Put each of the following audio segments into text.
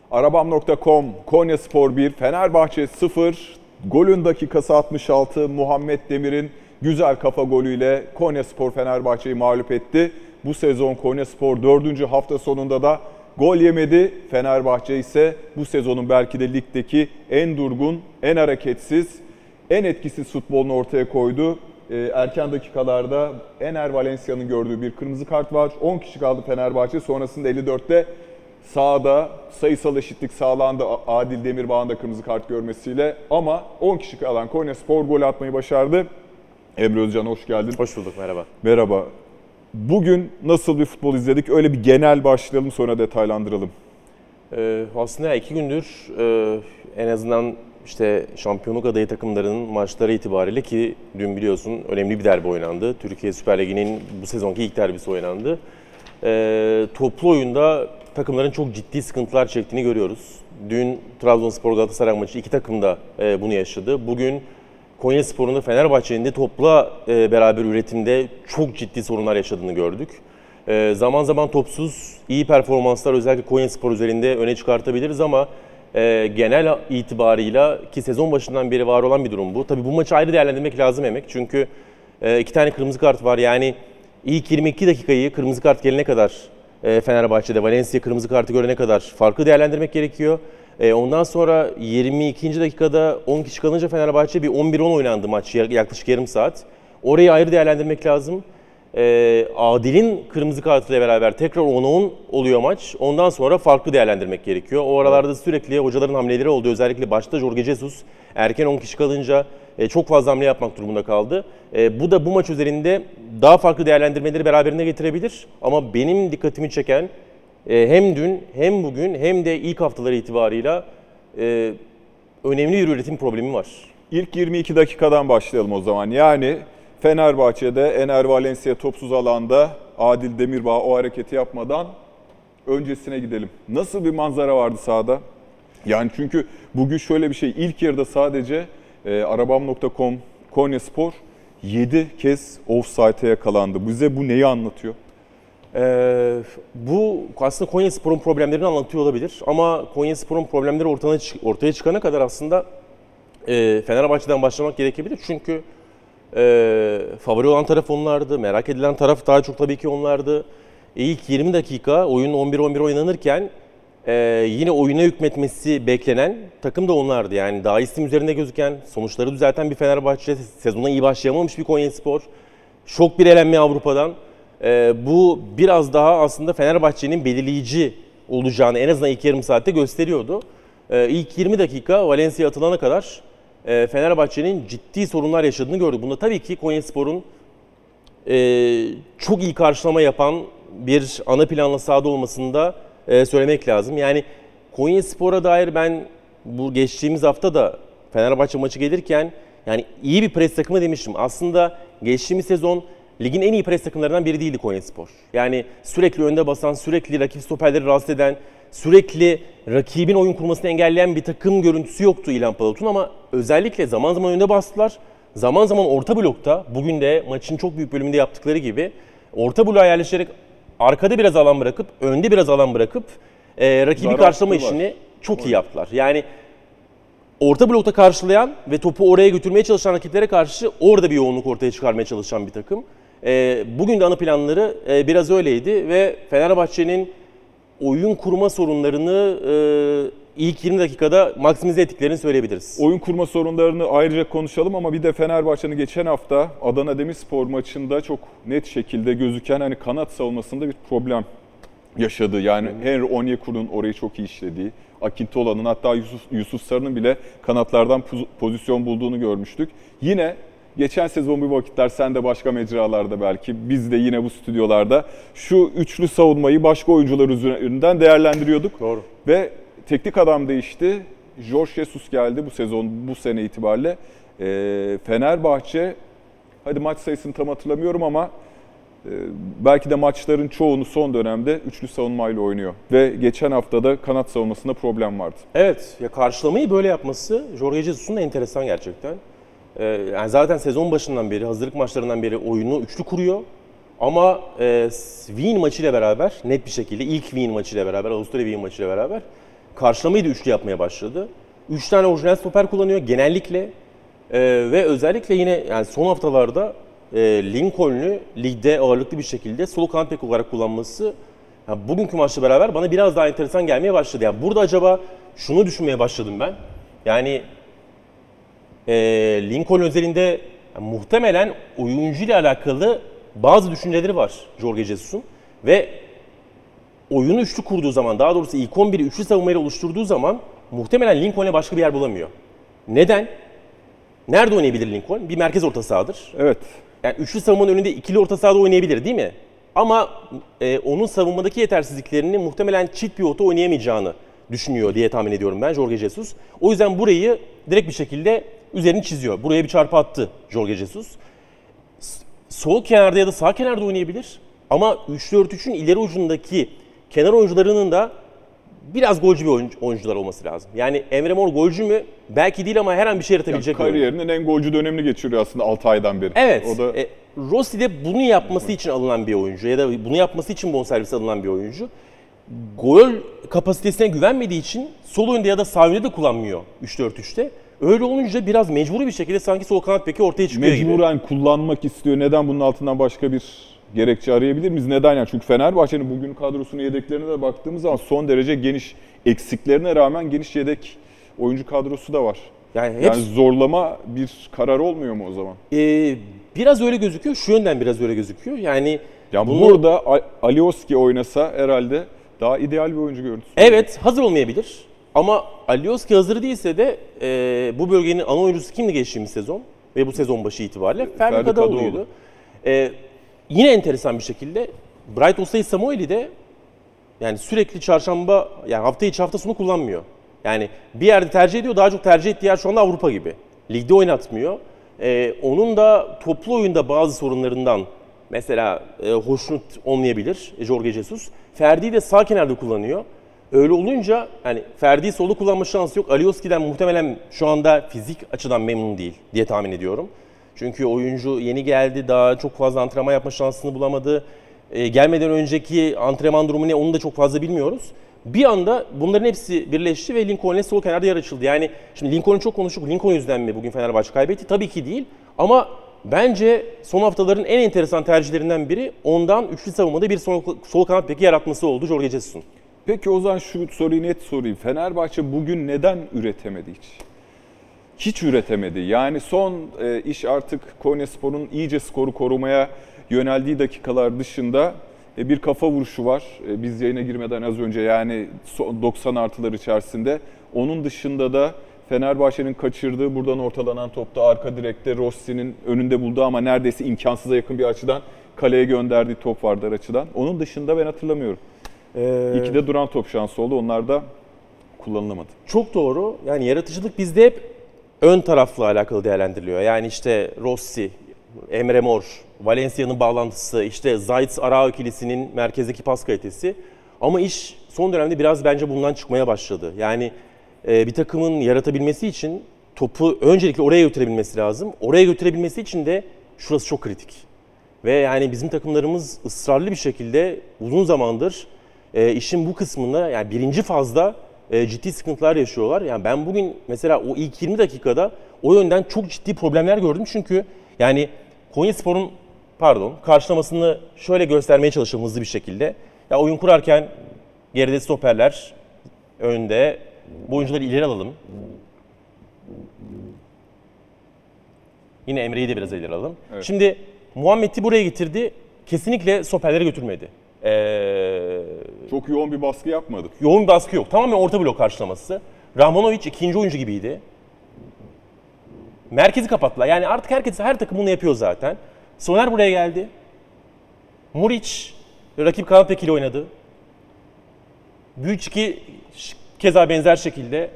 Arabam.com, Konyaspor 1, Fenerbahçe 0. Golün dakikası 66. Muhammed Demir'in güzel kafa golüyle Konyaspor Fenerbahçe'yi mağlup etti. Bu sezon Konyaspor 4. hafta sonunda da gol yemedi. Fenerbahçe ise bu sezonun belki de ligdeki en durgun, en hareketsiz, en etkisiz futbolunu ortaya koydu. Erken dakikalarda Ener Valencia'nın gördüğü bir kırmızı kart var. 10 kişi kaldı Fenerbahçe. Sonrasında 54'te sahada sayısal eşitlik sağlandı Adil Demirbağ'ın da kırmızı kart görmesiyle. Ama 10 kişi kalan Konyaspor gol atmayı başardı. Emre Özcan hoş geldin. Hoş bulduk, merhaba. Merhaba. Bugün nasıl bir futbol izledik? Öyle bir genel başlayalım, sonra detaylandıralım. Aslında 2 gündür en azından işte şampiyonluk adayı takımlarının maçları itibariyle, ki dün biliyorsun önemli bir derbi oynandı. Türkiye Süper Ligi'nin bu sezonki ilk derbisi oynandı. Toplu oyunda takımların çok ciddi sıkıntılar çektiğini görüyoruz. Dün Trabzonspor Galatasaray maçı iki takım da bunu yaşadı. Bugün Konyaspor'un da Fenerbahçe'nin de topla beraber üretimde çok ciddi sorunlar yaşadığını gördük. Zaman zaman topsuz iyi performanslar özellikle Konyaspor üzerinde öne çıkartabiliriz ama genel itibarıyla, ki sezon başından beri var olan bir durum bu. Tabii bu maçı ayrı değerlendirmek lazım Emek. Çünkü 2 tane kırmızı kart var. Yani ilk 22 dakikayı kırmızı kart gelene kadar Fenerbahçe'de Valencia kırmızı kartı görene kadar farklı değerlendirmek gerekiyor. Ondan sonra 22. dakikada 10 kişi kalınca Fenerbahçe bir 11-10 oynandı maç yaklaşık yarım saat. Orayı ayrı değerlendirmek lazım. Adil'in kırmızı kartıyla beraber tekrar 10-10 oluyor maç. Ondan sonra farklı değerlendirmek gerekiyor. O aralarda sürekli hocaların hamleleri oldu. Özellikle başta Jorge Jesus erken 10 kişi kalınca çok fazla hamle yapmak durumunda kaldı. Bu da bu maç üzerinde daha farklı değerlendirmeleri beraberinde getirebilir. Ama benim dikkatimi çeken hem dün hem bugün hem de ilk haftaları itibarıyla önemli bir üretim problemi var. İlk 22 dakikadan başlayalım o zaman. Yani Fenerbahçe'de Ener Valencia topsuz alanda Adil Demirbağ o hareketi yapmadan öncesine gidelim. Nasıl bir manzara vardı sahada? Yani çünkü bugün şöyle bir şey, ilk yarıda sadece Arabam.com, Konyaspor 7 kez offside'e yakalandı. Bize bu neyi anlatıyor? Bu aslında Konyaspor'un problemlerini anlatıyor olabilir. Ama Konyaspor'un problemleri ortaya çıkana kadar aslında Fenerbahçe'den başlamak gerekebilir. Çünkü favori olan taraf onlardı. Merak edilen taraf daha çok tabii ki onlardı. İlk 20 dakika oyun 11-11 oynanırken yine oyuna hükmetmesi beklenen takım da onlardı. Yani daha isim üzerinde gözüken, sonuçları düzelten bir Fenerbahçe, sezona iyi başlayamamış bir Konyaspor. Şok bir elenme Avrupa'dan. Bu biraz daha aslında Fenerbahçe'nin belirleyici olacağını en azından ilk yarım saatte gösteriyordu. İlk 20 dakika Valencia atılana kadar Fenerbahçe'nin ciddi sorunlar yaşadığını gördük. Bunda tabii ki Konyaspor'un çok iyi karşılama yapan bir ana planla sahada olmasını da söylemek lazım. Yani Konyaspor'a dair ben bu geçtiğimiz hafta da Fenerbahçe maçı gelirken yani iyi bir pres takımı demiştim. Aslında geçtiğimiz sezon ligin en iyi pres takımlarından biri değildi Konyaspor. Yani sürekli önde basan, sürekli rakip stoperleri rahatsız eden, sürekli rakibin oyun kurmasını engelleyen bir takım görüntüsü yoktu İlhan Palat'ın ama özellikle zaman zaman önde bastılar. Zaman zaman orta blokta, bugün de maçın çok büyük bölümünde yaptıkları gibi orta bloğa yerleşerek arkada biraz alan bırakıp, önde biraz alan bırakıp rakibi karşılama işini çok iyi yaptılar. Yani orta blokta karşılayan ve topu oraya götürmeye çalışan rakiplere karşı orada bir yoğunluk ortaya çıkarmaya çalışan bir takım. Bugün de ana planları biraz öyleydi ve Fenerbahçe'nin oyun kurma sorunlarını ilk 20 dakikada maksimize ettiklerini söyleyebiliriz. Oyun kurma sorunlarını ayrıca konuşalım ama bir de Fenerbahçe'nin geçen hafta Adana Demirspor maçında çok net şekilde gözüken hani kanat savunmasında bir problem yaşadığı. Yani Henry Onyekuru'nun orayı çok iyi işlediği, Akintola'nın hatta Yusuf Sarı'nın bile kanatlardan pozisyon bulduğunu görmüştük. Yine geçen sezon bir vakitler sen de başka mecralarda belki biz de yine bu stüdyolarda şu üçlü savunmayı başka oyuncular üzerinden değerlendiriyorduk. Doğru. Ve teknik adam değişti. Jorge Jesus geldi bu sene itibariyle. Fenerbahçe, hadi maç sayısını tam hatırlamıyorum ama belki de maçların çoğunu son dönemde üçlü savunmayla oynuyor. Ve geçen haftada kanat savunmasında problem vardı. Evet, ya karşılamayı böyle yapması Jorge Jesus'un da enteresan gerçekten. Yani zaten sezon başından beri, hazırlık maçlarından beri oyunu üçlü kuruyor. Ama Wien maçıyla beraber net bir şekilde ilk Wien maçıyla beraber, Avusturya Wien maçıyla beraber karşılamayı da üçlü yapmaya başladı. 3 tane orijinal stoper kullanıyor genellikle. Ve özellikle yine yani son haftalarda Lincoln'u ligde ağırlıklı bir şekilde sol kanat bek olarak kullanması bugünkü maçla beraber bana biraz daha enteresan gelmeye başladı. Yani burada acaba şunu düşünmeye başladım ben. Yani Lincoln özelinde muhtemelen oyuncuyla alakalı bazı düşünceleri var Jorge Jesus'un. Ve oyunu üçlü kurduğu zaman, daha doğrusu ilk 11'i üçlü savunmayla oluşturduğu zaman muhtemelen Lincoln'e başka bir yer bulamıyor. Neden? Nerede oynayabilir Lincoln? Bir merkez orta sahadır. Evet. Yani üçlü savunmanın önünde ikili orta sahada oynayabilir değil mi? Ama onun savunmadaki yetersizliklerini muhtemelen çift pivota oynayamayacağını düşünüyor diye tahmin ediyorum ben Jorge Jesus. O yüzden burayı direkt bir şekilde üzerini çiziyor. Buraya bir çarpı attı Jorge Jesus. Sol kenarda ya da sağ kenarda oynayabilir. Ama 3-4-3'ün ileri ucundaki kenar oyuncularının da biraz golcü bir oyuncular olması lazım. Yani Emre Mor golcü mü? Belki değil ama her an bir şey yaratabilecek bir oyuncu. Kariyerinin en golcü dönemini geçiriyor aslında 6 aydan beri. Evet. O da... Rossi de bunu yapması için alınan bir oyuncu ya da bunu yapması için bonservis alınan bir oyuncu. Gol kapasitesine güvenmediği için sol önde ya da sağ önde de kullanmıyor 3-4-3'te. Öyle olunca biraz mecburi bir şekilde sanki sol kanat beki ortaya çıkıyor gibi. Mecburen kullanmak istiyor. Neden bunun altından başka bir gerekçe arayabilir miyiz? Neden yani? Çünkü Fenerbahçe'nin bugün kadrosunun yedeklerine de baktığımız zaman son derece geniş, eksiklerine rağmen geniş yedek oyuncu kadrosu da var. Yani zorlama bir karar olmuyor mu o zaman? Biraz öyle gözüküyor. Şu yönden biraz öyle gözüküyor. Yani burada Alioski oynasa herhalde daha ideal bir oyuncu görüntüsü. Evet, hazır olmayabilir. Ama Alioski hazır değilse de bu bölgenin ana oyuncusu kimdi geçtiğimiz sezon? Ve bu sezon başı itibariyle Ferdi Kadıoğlu'ydu. Yine enteresan bir şekilde Bright Osayi Samuel'i de yani sürekli çarşamba, yani hafta içi hafta sonu kullanmıyor. Yani bir yerde tercih ediyor, daha çok tercih ettiği yer şu anda Avrupa gibi. Ligde oynatmıyor. Onun da toplu oyunda bazı sorunlarından mesela hoşnut olmayabilir Jorge Jesus. Ferdi'yi de sağ kenarda kullanıyor. Öyle olunca yani Ferdi'yi solda kullanma şansı yok. Alioski'den muhtemelen şu anda fizik açıdan memnun değil diye tahmin ediyorum. Çünkü oyuncu yeni geldi, daha çok fazla antrenman yapma şansını bulamadı. Gelmeden önceki antrenman durumu ne onu da çok fazla bilmiyoruz. Bir anda bunların hepsi birleşti ve Lincoln'le sol kenarda yer açıldı. Yani şimdi Lincoln'u çok konuştuk. Lincoln yüzünden mi bugün Fenerbahçe kaybetti? Tabii ki değil. Ama bence son haftaların en enteresan tercihlerinden biri ondan üçlü savunmada bir sol kanat beki yaratması oldu Jorge Jesus'un. Peki o zaman şu soruyu net sorayım. Fenerbahçe bugün neden üretemedi hiç? Hiç üretemedi. Yani son iş artık Konyaspor'un iyice skoru korumaya yöneldiği dakikalar dışında bir kafa vuruşu var. Biz yayına girmeden az önce yani 90 artılar içerisinde. Onun dışında da Fenerbahçe'nin kaçırdığı buradan ortalanan topta arka direkte Rossi'nin önünde bulduğu ama neredeyse imkansıza yakın bir açıdan kaleye gönderdiği top vardı açıdan. Onun dışında ben hatırlamıyorum. İki de duran top şansı oldu. Onlar da kullanılamadı. Çok doğru. Yani yaratıcılık bizde hep ön tarafla alakalı değerlendiriliyor. Yani işte Rossi, Emre Mor, Valencia'nın bağlantısı, işte Zayt-Arao ikilisinin merkezdeki pas kalitesi. Ama iş son dönemde biraz bence bundan çıkmaya başladı. Yani bir takımın yaratabilmesi için topu öncelikle oraya götürebilmesi lazım. Oraya götürebilmesi için de şurası çok kritik. Ve yani bizim takımlarımız ısrarlı bir şekilde uzun zamandır işin bu kısmında yani birinci fazda ciddi sıkıntılar yaşıyorlar. Yani ben bugün mesela o ilk 20 dakikada o yönden çok ciddi problemler gördüm. Çünkü yani Konyaspor'un karşılamasını şöyle göstermeye çalışalım hızlı bir şekilde. Ya oyun kurarken geride stoperler, önde. Bu oyuncuları ileri alalım. Yine Emre'yi de biraz ileri alalım. Evet. Şimdi Muhammed'i buraya getirdi. Kesinlikle stoperlere götürmedi. Çok yoğun bir baskı yapmadık. Yoğun bir baskı yok. Tamamen orta blok karşılaması. Rahmanovic ikinci oyuncu gibiydi. Merkezi kapattılar. Yani artık her takım bunu yapıyor zaten. Soner buraya geldi. Muriç rakip kanat bekili oynadı. Büyüçki keza benzer şekilde.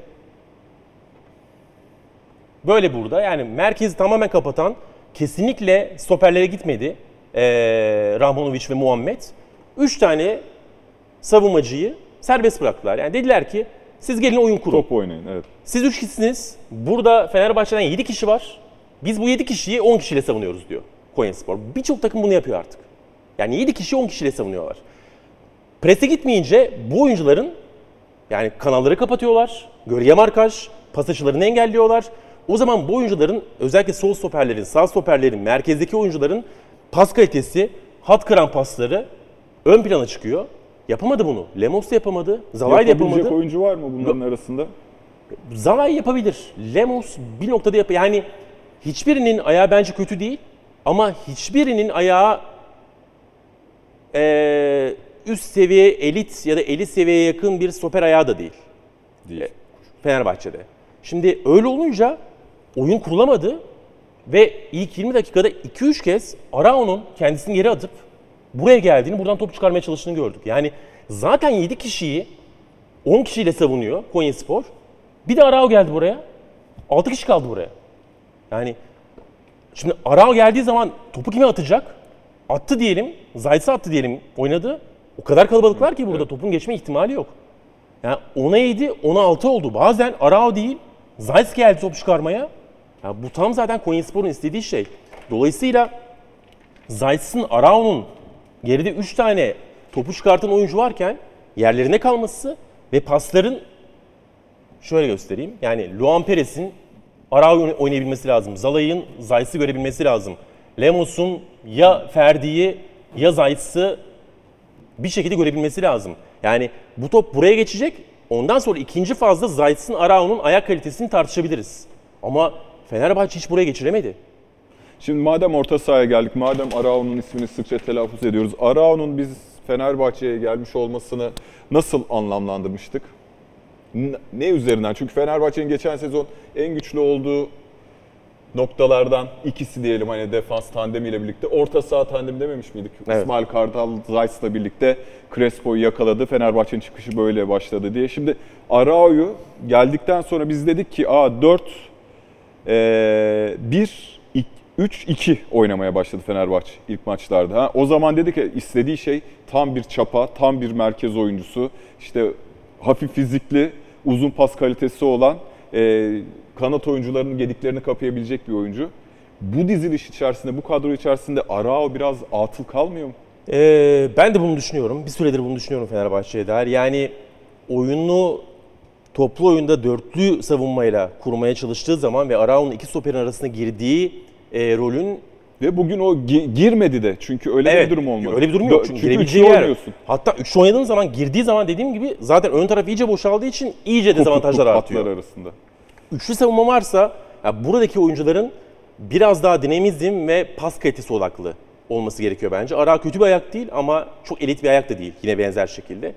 Böyle burada. Yani merkezi tamamen kapatan, kesinlikle stoperlere gitmedi Rahmanovic ve Muhammed. 3 tane savunmacıyı serbest bıraktılar. Yani dediler ki siz gelin oyun kurun. Top oynayın, evet. Siz 3 kişisiniz. Burada Fenerbahçe'den 7 kişi var. Biz bu 7 kişiyi 10 kişiyle savunuyoruz diyor Konyaspor. Birçok takım bunu yapıyor artık. Yani 7 kişi 10 kişiyle savunuyorlar. Prese gitmeyince bu oyuncuların Yani kanalları kapatıyorlar, gölge markaj, pas açılarını engelliyorlar. O zaman bu oyuncuların, özellikle sol stoperlerin, sağ stoperlerin, merkezdeki oyuncuların pas kalitesi, hat kıran pasları ön plana çıkıyor. Yapamadı bunu. Lemos da yapamadı, Zalai da Yapabilecek yapamadı. oyuncu var mı bunların arasında? Zalai yapabilir. Lemos bir noktada yani hiçbirinin ayağı bence kötü değil ama hiçbirinin ayağı üst seviye, elit ya da elit seviyeye yakın bir stoper ayağı da değil. Değil. Fenerbahçe'de. Şimdi öyle olunca oyun kurulamadı ve ilk 20 dakikada 2-3 kez Arao'nun kendisini geri atıp buraya geldiğini, buradan top çıkarmaya çalıştığını gördük. Yani zaten 7 kişiyi 10 kişiyle savunuyor Konyaspor. Bir de Arao geldi buraya. 6 kişi kaldı buraya. Yani şimdi Arao geldiği zaman topu kime atacak? Attı diyelim, Zayt'se attı diyelim, oynadı. O kadar kalabalıklar ki burada topun geçme ihtimali yok. Yani 10'a 7, 10'a 6 oldu. Bazen Arao değil, Zayt geldi top çıkarmaya. Ya bu tam zaten Konyaspor'un istediği şey. Dolayısıyla Zayt'sın, Arao'nun geride 3 tane topu çıkartan oyuncu varken yerlerine kalması ve pasların şöyle göstereyim. Yani Luan Perez'in Arao oynayabilmesi lazım. Zalai'ın Zayt'sı görebilmesi lazım. Lemos'un ya Ferdi'yi ya Zayt'sı bir şekilde görebilmesi lazım. Yani bu top buraya geçecek. Ondan sonra ikinci fazla Zayt'sın, Arao'nun ayak kalitesini tartışabiliriz. Ama Fenerbahçe hiç buraya geçiremedi. Şimdi madem orta sahaya geldik, madem Arao'nun ismini sıkça telaffuz ediyoruz. Arao'nun biz Fenerbahçe'ye gelmiş olmasını nasıl anlamlandırmıştık? Ne üzerinden? Çünkü Fenerbahçe'nin geçen sezon en güçlü olduğu noktalardan ikisi diyelim, hani defans tandemiyle birlikte. Orta saha tandemi dememiş miydik? Evet. İsmail Kartal, Zayt'la birlikte Crespo'yu yakaladı. Fenerbahçe'nin çıkışı böyle başladı diye. Şimdi Arao'yu geldikten sonra biz dedik ki 4-1-3-2 oynamaya başladı Fenerbahçe ilk maçlarda. O zaman dedik ki istediği şey tam bir çapa, tam bir merkez oyuncusu. İşte hafif fizikli, uzun pas kalitesi olan, kanat oyuncularının gediklerini kapayabilecek bir oyuncu. Bu diziliş içerisinde, bu kadro içerisinde Arao biraz atıl kalmıyor mu? Ben de bunu düşünüyorum. Bir süredir bunu düşünüyorum Fenerbahçe'ye dair. Yani oyunu toplu oyunda dörtlü savunmayla kurmaya çalıştığı zaman ve Arao'nun iki stoperin arasına girdiği rolün... Ve bugün o girmedi de. Çünkü öyle bir durum olmadı. Öyle bir durum yok. Çünkü girebileceği yer. Oynuyorsun. Hatta üçlü oynadığın zaman, girdiği zaman dediğim gibi zaten ön taraf iyice boşaldığı için iyice dezavantajlar artıyor. Arasında. Üçlü savunma varsa buradaki oyuncuların biraz daha dinamizm ve pas kalitesi odaklı olması gerekiyor bence. Arao kötü bir ayak değil ama çok elit bir ayak da değil yine benzer şekilde.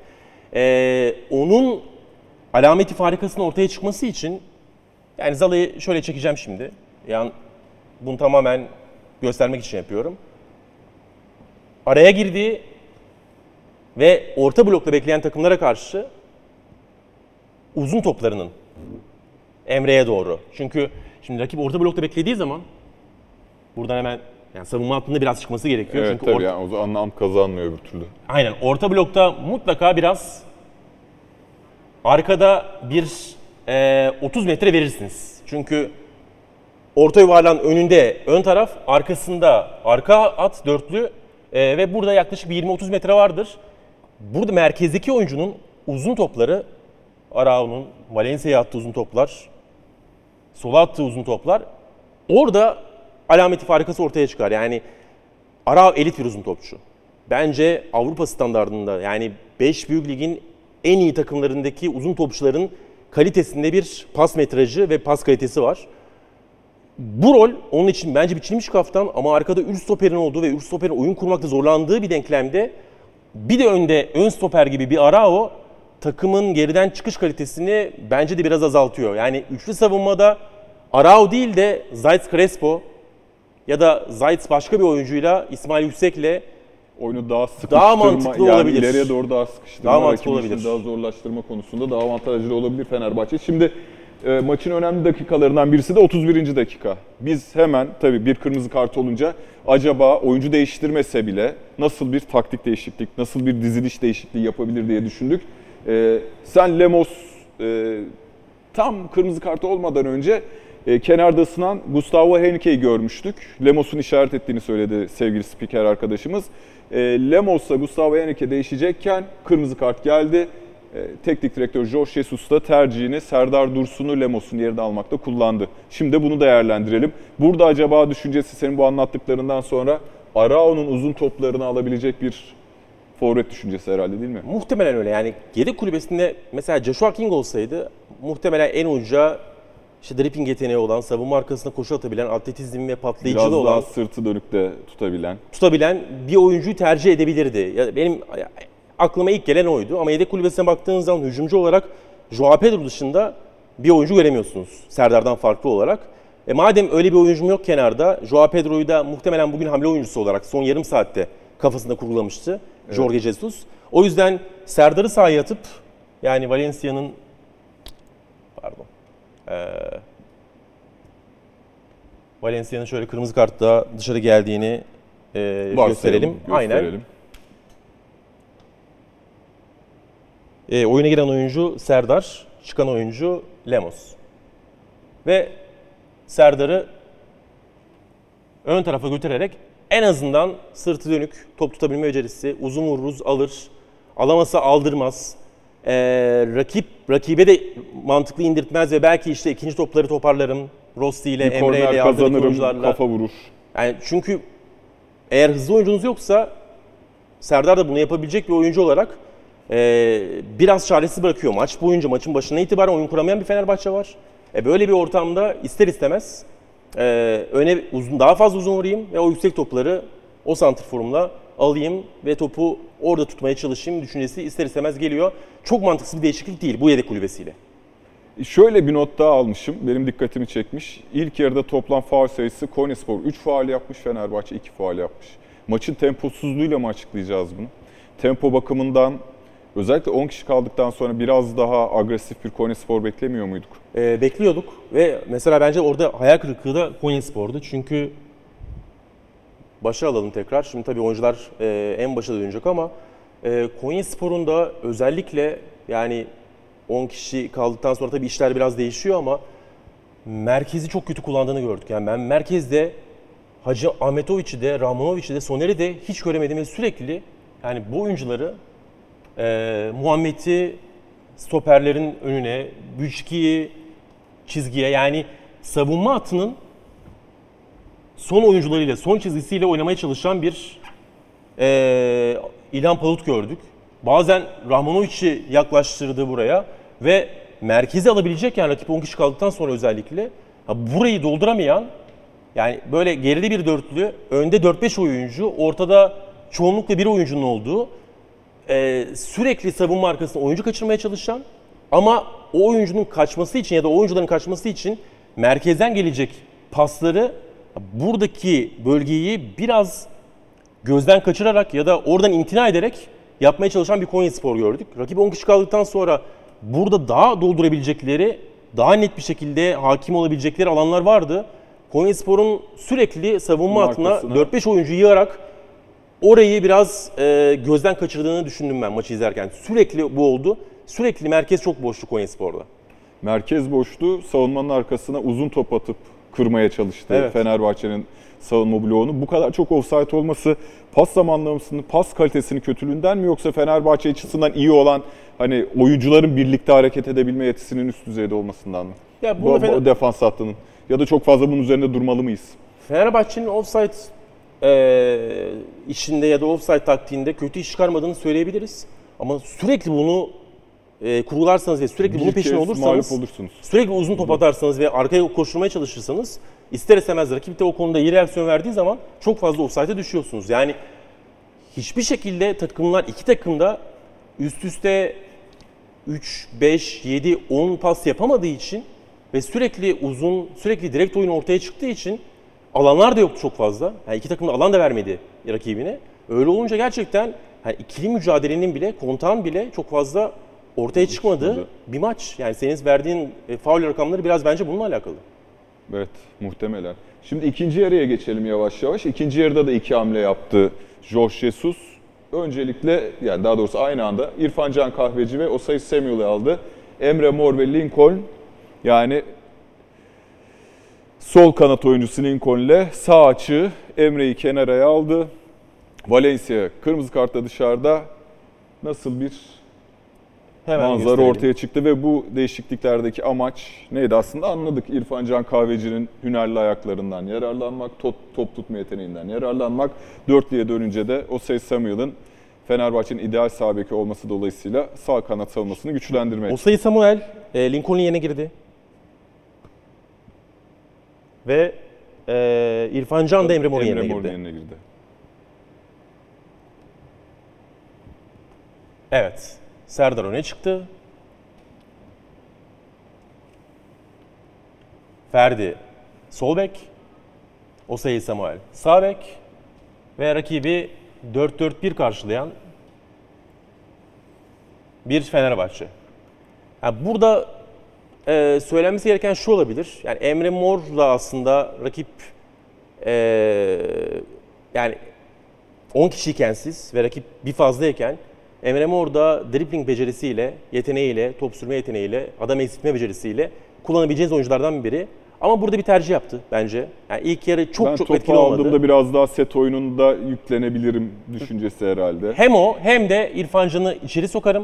Onun alameti farikasının ortaya çıkması için yani Zalai'yi şöyle çekeceğim şimdi. Yani bunu tamamen göstermek için yapıyorum. Araya girdiği ve orta blokta bekleyen takımlara karşı uzun toplarının Emre'ye doğru. Çünkü şimdi rakip orta blokta beklediği zaman buradan hemen yani savunma hattında biraz çıkması gerekiyor. Evet, çünkü tabii yani o zaman anlam kazanmıyor bir türlü. Aynen. Orta blokta mutlaka biraz arkada bir 30 metre verirsiniz. Çünkü orta yuvarlağın önünde ön taraf, arkasında arka at dörtlü ve burada yaklaşık bir 20-30 metre vardır. Burada merkezdeki oyuncunun uzun topları, Arao'nun Valencia'ya attığı uzun toplar, sola attığı uzun toplar, orada alameti farikası ortaya çıkar. Yani Arao elit bir uzun topçu. Bence Avrupa standardında yani 5 büyük ligin en iyi takımlarındaki uzun topçuların kalitesinde bir pas metrajı ve pas kalitesi var. Bu rol onun için bence biçilmiş kaftan ama arkada 3 stoperin olduğu ve 3 stoperin oyun kurmakta zorlandığı bir denklemde bir de önde ön stoper gibi bir Arao takımın geriden çıkış kalitesini bence de biraz azaltıyor. Yani üçlü savunmada Arao değil de Zayt Crespo ya da Zayt başka bir oyuncuyla İsmail Yüksek'le oyunu daha sıkıştırma, daha mantıklı yani olabilir. İleriye doğru daha sıkıştırma, daha mantıklı olabilir. Daha zorlaştırma konusunda daha avantajlı olabilir Fenerbahçe. Şimdi maçın önemli dakikalarından birisi de 31. dakika. Biz hemen tabii bir kırmızı kart olunca acaba oyuncu değiştirmese bile nasıl bir taktik değişiklik, nasıl bir diziliş değişikliği yapabilir diye düşündük. Sen Lemos tam kırmızı kart olmadan önce kenarda ısınan Gustavo Henrique'yi görmüştük. Lemos'un işaret ettiğini söyledi sevgili spiker arkadaşımız. Lemos'la Gustavo Henrique değişecekken kırmızı kart geldi. teknik direktör Jorge Jesus da tercihini Serdar Dursun'u Lemos'un yerine almakta kullandı. Şimdi de bunu değerlendirelim. Burada acaba düşüncesi senin bu anlattıklarından sonra Arao'nun uzun toplarını alabilecek bir forvet düşüncesi herhalde, değil mi? Muhtemelen öyle. Yani yedek kulübesinde mesela Joshua King olsaydı muhtemelen en uca işte dribbling yeteneği olan, savunma arkasına koşu atabilen, atletizm ve patlayıcılığı Biraz olan, daha sırtı dönük de tutabilen bir oyuncuyu tercih edebilirdi. Ya benim aklıma ilk gelen oydu ama yedek kulübesine baktığınız zaman hücumcu olarak Joao Pedro dışında bir oyuncu göremiyorsunuz Serdar'dan farklı olarak. Madem öyle bir oyuncum yok kenarda, Joao Pedro'yu da muhtemelen bugün hamle oyuncusu olarak son yarım saatte kafasında kurgulamıştı Jorge Jesus. O yüzden Serdar'ı sahaya atıp yani Valencia'nın Valencia'nın şöyle kırmızı kartla dışarı geldiğini gösterelim. Aynen. Oyuna giren oyuncu Serdar, çıkan oyuncu Lemos. Ve Serdar'ı ön tarafa götürerek en azından sırtı dönük top tutabilme becerisi, uzun vururuz alır, alamasa aldırmaz. Rakibe de mantıklı indirtmez ve belki işte ikinci topları toparlarım. Rossi ile, Emre ile, yardımcı oyuncularla. Kafa vurur. Yani çünkü eğer hızlı oyuncunuz yoksa Serdar da bunu yapabilecek bir oyuncu olarak biraz çaresiz bırakıyor. Maç boyunca, maçın başına itibaren oyun kuramayan bir Fenerbahçe var. Böyle bir ortamda ister istemez daha fazla uzun vurayım ve o yüksek topları o santrforumla alayım ve topu orada tutmaya çalışayım düşüncesi ister istemez geliyor. Çok mantıksız bir değişiklik değil bu yedek kulübesiyle. Şöyle bir not daha almışım. Benim dikkatimi çekmiş. İlk yarıda toplam faul sayısı Konyaspor 3 faul yapmış, Fenerbahçe 2 faul yapmış. Maçın temposuzluğuyla mı açıklayacağız bunu? Tempo bakımından özellikle 10 kişi kaldıktan sonra biraz daha agresif bir Konyaspor beklemiyor muyduk? Bekliyorduk ve mesela bence orada hayal kırıklığı da Konyaspor'du. Çünkü başa alalım tekrar. Şimdi tabii oyuncular en başa dönecek ama Konyaspor'un da özellikle yani 10 kişi kaldıktan sonra tabii işler biraz değişiyor ama merkezi çok kötü kullandığını gördük. Yani ben merkezde Hacı Ahmetoviç'i de, Rahmanovic'i de, Soner'i de hiç göremedim ve sürekli yani bu oyuncuları Muhammed'i stoperlerin önüne, Büyükşiki'yi çizgiye yani savunma hattının son oyuncularıyla, son çizgisiyle oynamaya çalışan bir İlhan Palut gördük. Bazen Rahmanovic'i yaklaştırdı buraya ve merkezi alabilecekken rakip 10 kişi kaldıktan sonra özellikle burayı dolduramayan yani böyle geride bir dörtlü, önde 4-5 oyuncu, ortada çoğunlukla bir oyuncunun olduğu sürekli savunma arkasında oyuncu kaçırmaya çalışan ama o oyuncunun kaçması için ya da o oyuncuların kaçması için merkezden gelecek pasları buradaki bölgeyi biraz gözden kaçırarak ya da oradan imtina ederek yapmaya çalışan bir Konyaspor gördük. Rakip 10 kişi kaldıktan sonra burada daha doldurabilecekleri, daha net bir şekilde hakim olabilecekleri alanlar vardı. Konyaspor'un sürekli savunma hattına 4-5 oyuncu yığarak orayı biraz gözden kaçırdığını düşündüm ben maçı izlerken. Sürekli bu oldu. Sürekli merkez çok boştu Konyaspor'da. Merkez boştu, savunmanın arkasına uzun top atıp kırmaya çalıştı evet. Fenerbahçe'nin savunma bloğunu. Bu kadar çok ofsayt olması pas zamanlamasının, pas kalitesinin kötülüğünden mi yoksa Fenerbahçe açısından iyi olan hani oyuncuların birlikte hareket edebilme yetisinin üst düzeyde olmasından mı? Ya bu defans hattının ya da çok fazla bunun üzerinde durmalı mıyız? Fenerbahçe'nin offside işinde ya da offside taktiğinde kötü iş çıkarmadığını söyleyebiliriz. Ama sürekli bunu kurgularsanız ve sürekli bunun peşinde olursanız, sürekli uzun top atarsanız ve arkaya koşturmaya çalışırsanız ister istemez rakip de o konuda iyi reaksiyon verdiği zaman çok fazla offside'e düşüyorsunuz. Yani hiçbir şekilde iki takım da üst üste 3, 5, 7, 10 pas yapamadığı için ve sürekli direkt oyun ortaya çıktığı için alanlar da yoktu çok fazla. Yani iki takım da alan da vermedi rakibine. Öyle olunca gerçekten ikili mücadelenin bile, kontağın bile çok fazla ortaya çıkmadığı bir maç. Yani senin verdiğin faul rakamları biraz bence bununla alakalı. Evet, muhtemelen. Şimdi ikinci yarıya geçelim yavaş yavaş. İkinci yarıda da 2 hamle yaptı Jorge Jesus. Öncelikle, yani daha doğrusu aynı anda İrfan Can Kahveci ve Osayi Samuel'ı aldı. Emre Mor ve Lincoln, yani sol kanat oyuncusu Lincoln ile sağ açığı Emre'yi kenara aldı. Valencia kırmızı kartla dışarıda. Nasıl bir Hemen manzara gösterelim. ortaya çıktı ve bu değişikliklerdeki amaç neydi aslında anladık. İrfan Can Kahveci'nin hünerli ayaklarından yararlanmak, top tutma yeteneğinden yararlanmak. Dörtlüye dönünce de Osay Samuel'ın Fenerbahçe'nin ideal sağ beki olması dolayısıyla sağ kanat savunmasını güçlendirmek. Osayi Samuel Lincoln'un yerine girdi. Ve İrfan Can da Emre Mor'un yerine girdi. girdi. Evet. Serdar öne çıktı. Ferdi sol bek. Osayi Samuel sağ bek. Ve rakibi 4-4-1 karşılayan bir Fenerbahçe. Yani burada söylenmesi gereken şu olabilir. Yani Emre Mor'la aslında rakip yani 10 kişiyken siz ve rakip bir fazlayken Emre Mor da dribbling becerisiyle, yeteneğiyle, top sürme yeteneğiyle, adam eksiltme becerisiyle kullanabileceğiniz oyunculardan biri. Ama burada bir tercih yaptı bence. Yani ilk yarı çok etkili olmadı. Ben topu aldığımda biraz daha set oyununda yüklenebilirim düşüncesi herhalde. Hem o hem de İrfan Can'ı içeri sokarım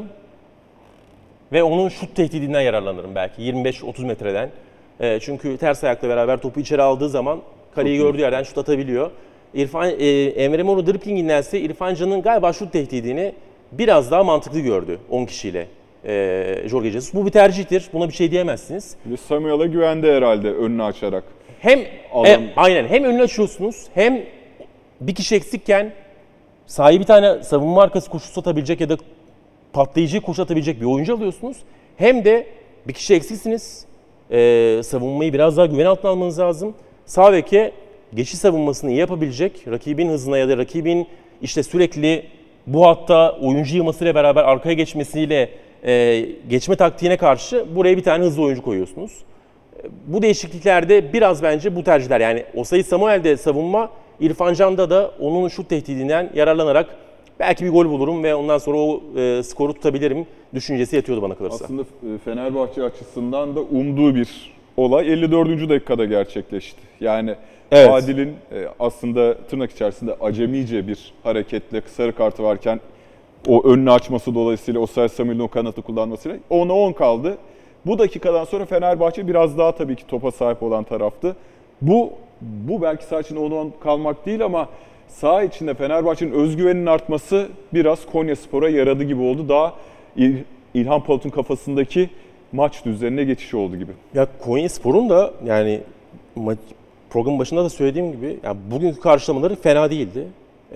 ve onun şut tehdidinden yararlanırım belki 25-30 metreden. Çünkü ters ayakla beraber topu içeri aldığı zaman kaleyi gördüğü yerden şut atabiliyor. Emre Mor'un dribblingindense İrfan Can'ın galiba şut tehdidini biraz daha mantıklı gördü 10 kişiyle Jorge Jesus. Bu bir tercihtir. Buna bir şey diyemezsiniz. Ve Samuel'a güvendi herhalde önünü açarak. Hem aynen hem önünü açıyorsunuz hem bir kişi eksikken sahibi bir tane savunma arkası koşusu atabilecek ya da patlayıcı koşu atabilecek bir oyuncu alıyorsunuz. Hem de bir kişi eksiksiniz. Savunmayı biraz daha güven altına almanız lazım. Sağ beke geçiş savunmasını iyi yapabilecek, rakibin hızına ya da rakibin işte sürekli bu hatta oyuncu yığmasıyla beraber arkaya geçmesiyle geçme taktiğine karşı buraya bir tane hızlı oyuncu koyuyorsunuz. Bu değişikliklerde biraz bence bu tercihler yani Osayi Samuel'de savunma, İrfan Can'da da onun şut tehdidinden yararlanarak belki bir gol bulurum ve ondan sonra o skoru tutabilirim düşüncesi yatıyordu bana kalırsa. Aslında Fenerbahçe açısından da umduğu bir olay 54. dakikada gerçekleşti. Yani evet. Adil'in aslında tırnak içerisinde acemice bir hareketle sarı kartı varken o önünü açması dolayısıyla Osay Samuel'in o kanatı kullanmasıyla 10'a 10 kaldı. Bu dakikadan sonra Fenerbahçe biraz daha tabii ki topa sahip olan taraftı. Bu belki saha içinde 10'a 10 kalmak değil ama saha içinde Fenerbahçe'nin özgüveninin artması biraz Konyaspor'a yaradı gibi oldu. Daha İlhan Palut'un kafasındaki maç düzenine geçiş oldu gibi. Ya Konyaspor'un da yani programın başında da söylediğim gibi yani bugünkü karşılamaları fena değildi.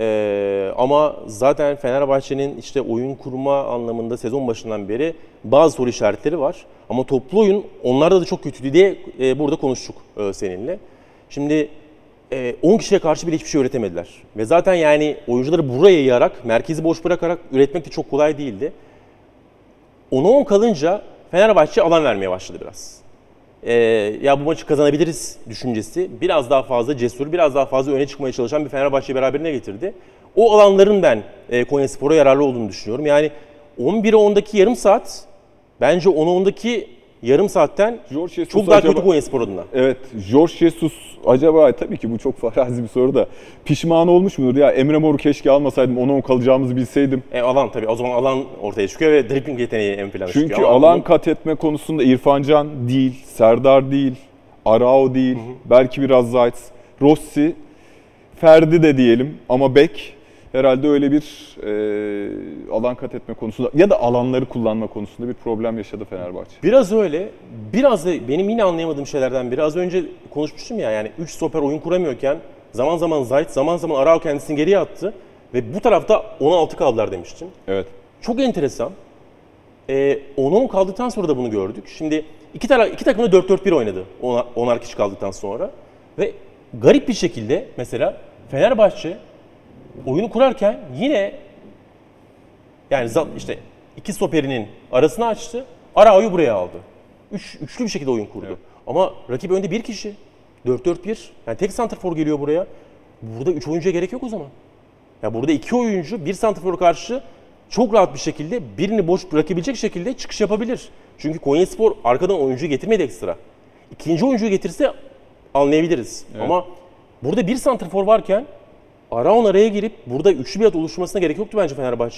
Ama zaten Fenerbahçe'nin işte oyun kurma anlamında sezon başından beri bazı soru işaretleri var. Ama toplu oyun onlarda da çok kötüydü diye burada konuştuk seninle. Şimdi 10 kişiye karşı bile hiçbir şey üretemediler. Ve zaten yani oyuncuları buraya yayarak, merkezi boş bırakarak üretmek de çok kolay değildi. 10'a 10 kalınca Fenerbahçe alan vermeye başladı biraz. Ya bu maçı kazanabiliriz düşüncesi biraz daha fazla cesur, biraz daha fazla öne çıkmaya çalışan bir Fenerbahçe'yi beraberine getirdi. O alanların ben Konyaspor'a yararlı olduğunu düşünüyorum. Yani 11'e 10'daki yarım saat bence 10'a 10'daki yarım saatten çok daha kötü Konyaspor adına. Evet, Jorge Jesus acaba tabii ki bu çok farazi bir soru da pişman olmuş mudur? Ya Emre Mor'u keşke almasaydım, 10'a 10 kalacağımızı bilseydim. Alan tabii o zaman alan ortaya çıkıyor ve dribbling yeteneği ön plana çıkıyor. Çünkü alan kat etme konusunda İrfan Can değil, Serdar değil, Arao değil, belki biraz Zayt, Rossi, Ferdi de diyelim ama bek herhalde öyle bir alan kat etme konusunda ya da alanları kullanma konusunda bir problem yaşadı Fenerbahçe. Biraz öyle. Biraz da benim yine anlayamadığım şeylerden biri. Az önce konuşmuştum ya yani 3 stoper oyun kuramıyorken zaman zaman Zayt, zaman zaman Arao kendisini geriye attı ve bu tarafta 16 kaldılar demiştim. Evet. Çok enteresan. 10-10 kaldıktan sonra da bunu gördük. Şimdi iki takım da 4-4-1 oynadı 10'ar kişi kaldıktan sonra ve garip bir şekilde mesela Fenerbahçe oyunu kurarken yine yani işte iki stoperinin arasını açtı. Arao'yu buraya aldı. Üçlü bir şekilde oyun kurdu. Evet. Ama rakip önde bir kişi. 4-4-1. Yani tek santrfor geliyor buraya. Burada 3 oyuncuya gerek yok o zaman. Ya burada 2 oyuncu bir santrforu karşı çok rahat bir şekilde birini boş bırakabilecek şekilde çıkış yapabilir. Çünkü Konyaspor arkadan oyuncu getirmedi ekstra. İkinci oyuncuyu getirse anlayabiliriz. Evet. Ama burada bir santrfor varken Arao'nun araya girip burada üçlü bir at oluşturmasına gerek yoktu bence Fenerbahçe'nin.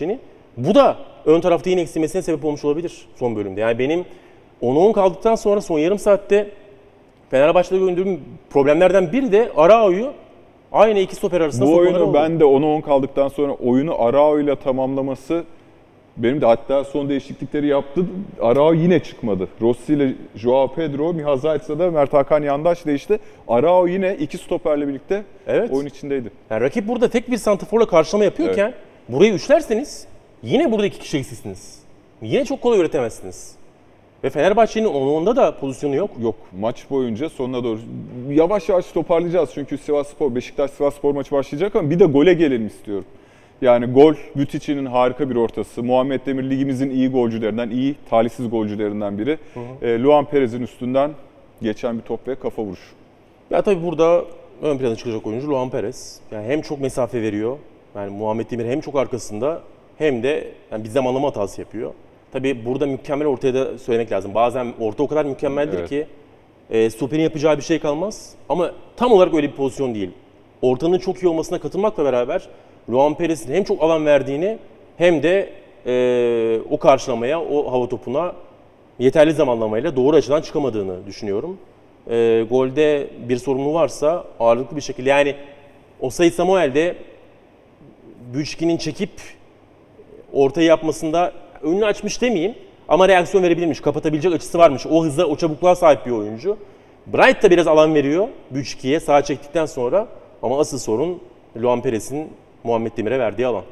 Bu da ön tarafta yine eksilmesine sebep olmuş olabilir son bölümde. Yani benim 10-10 kaldıktan sonra son yarım saatte Fenerbahçe'de gördüğüm problemlerden biri de Arao'yu aynı iki stoper arasında Bu sokmaları oyunu oldu. ben de 10-10 kaldıktan sonra oyunu Arao ile tamamlaması, benim de hatta son değişiklikleri yaptı. Arao yine çıkmadı. Rossi ile Joao Pedro, Miha Zajc'la da Mert Hakan Yandaş değişti. Arao yine iki stoperle birlikte Evet. oyun içindeydi. Yani rakip burada tek bir santraforla karşılama yapıyorken burayı üçlerseniz yine burada iki kişi eksiksiniz. Yine çok kolay üretemezsiniz. Ve Fenerbahçe'nin 10'unda da pozisyonu yok. Yok, maç boyunca sonuna doğru yavaş yavaş toparlayacağız çünkü Sivasspor, Beşiktaş-Sivasspor maçı başlayacak ama bir de gole gelelim istiyorum. Yani gol, Bütiç'in harika bir ortası. Muhammed Demir ligimizin iyi golcülerinden, iyi talihsiz golcülerinden biri. Luan Perez'in üstünden geçen bir top ve kafa vuruşu. Ya tabii burada ön plana çıkacak oyuncu Luan Perez. Yani hem çok mesafe veriyor. Yani Muhammed Demir hem çok arkasında hem de yani bir zamanlama hatası yapıyor. Tabii burada mükemmel ortaya da söylemek lazım. Bazen orta o kadar mükemmeldir ki stoperin yapacağı bir şey kalmaz. Ama tam olarak öyle bir pozisyon değil. Ortanın çok iyi olmasına katılmakla beraber Luan Perez'in hem çok alan verdiğini hem de o karşılamaya, o hava topuna yeterli zamanlamayla doğru açıdan çıkamadığını düşünüyorum. Golde bir sorumlu varsa ağırlıklı bir şekilde, yani Osayi Samuel'de Büyükşiki'nin çekip ortayı yapmasında önünü açmış demeyeyim ama reaksiyon verebilirmiş, kapatabilecek açısı varmış. O hıza, o çabukluğa sahip bir oyuncu. Bright da biraz alan veriyor Büyükşiki'ye sağa çektikten sonra ama asıl sorun Luan Perez'in Muhammed Demir'e verdiği alan.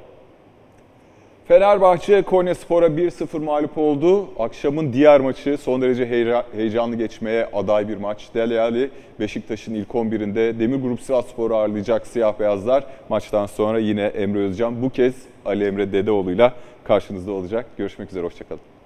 Fenerbahçe Konyaspor'a 1-0 mağlup oldu. Akşamın diğer maçı son derece heyecanlı geçmeye aday bir maç. Dele Alli Beşiktaş'ın ilk 11'inde Demirgrup Sivasspor'u ağırlayacak siyah beyazlar. Maçtan sonra yine Emre Özcan, bu kez Ali Emre Dedeoğlu'yla karşınızda olacak. Görüşmek üzere, hoşçakalın.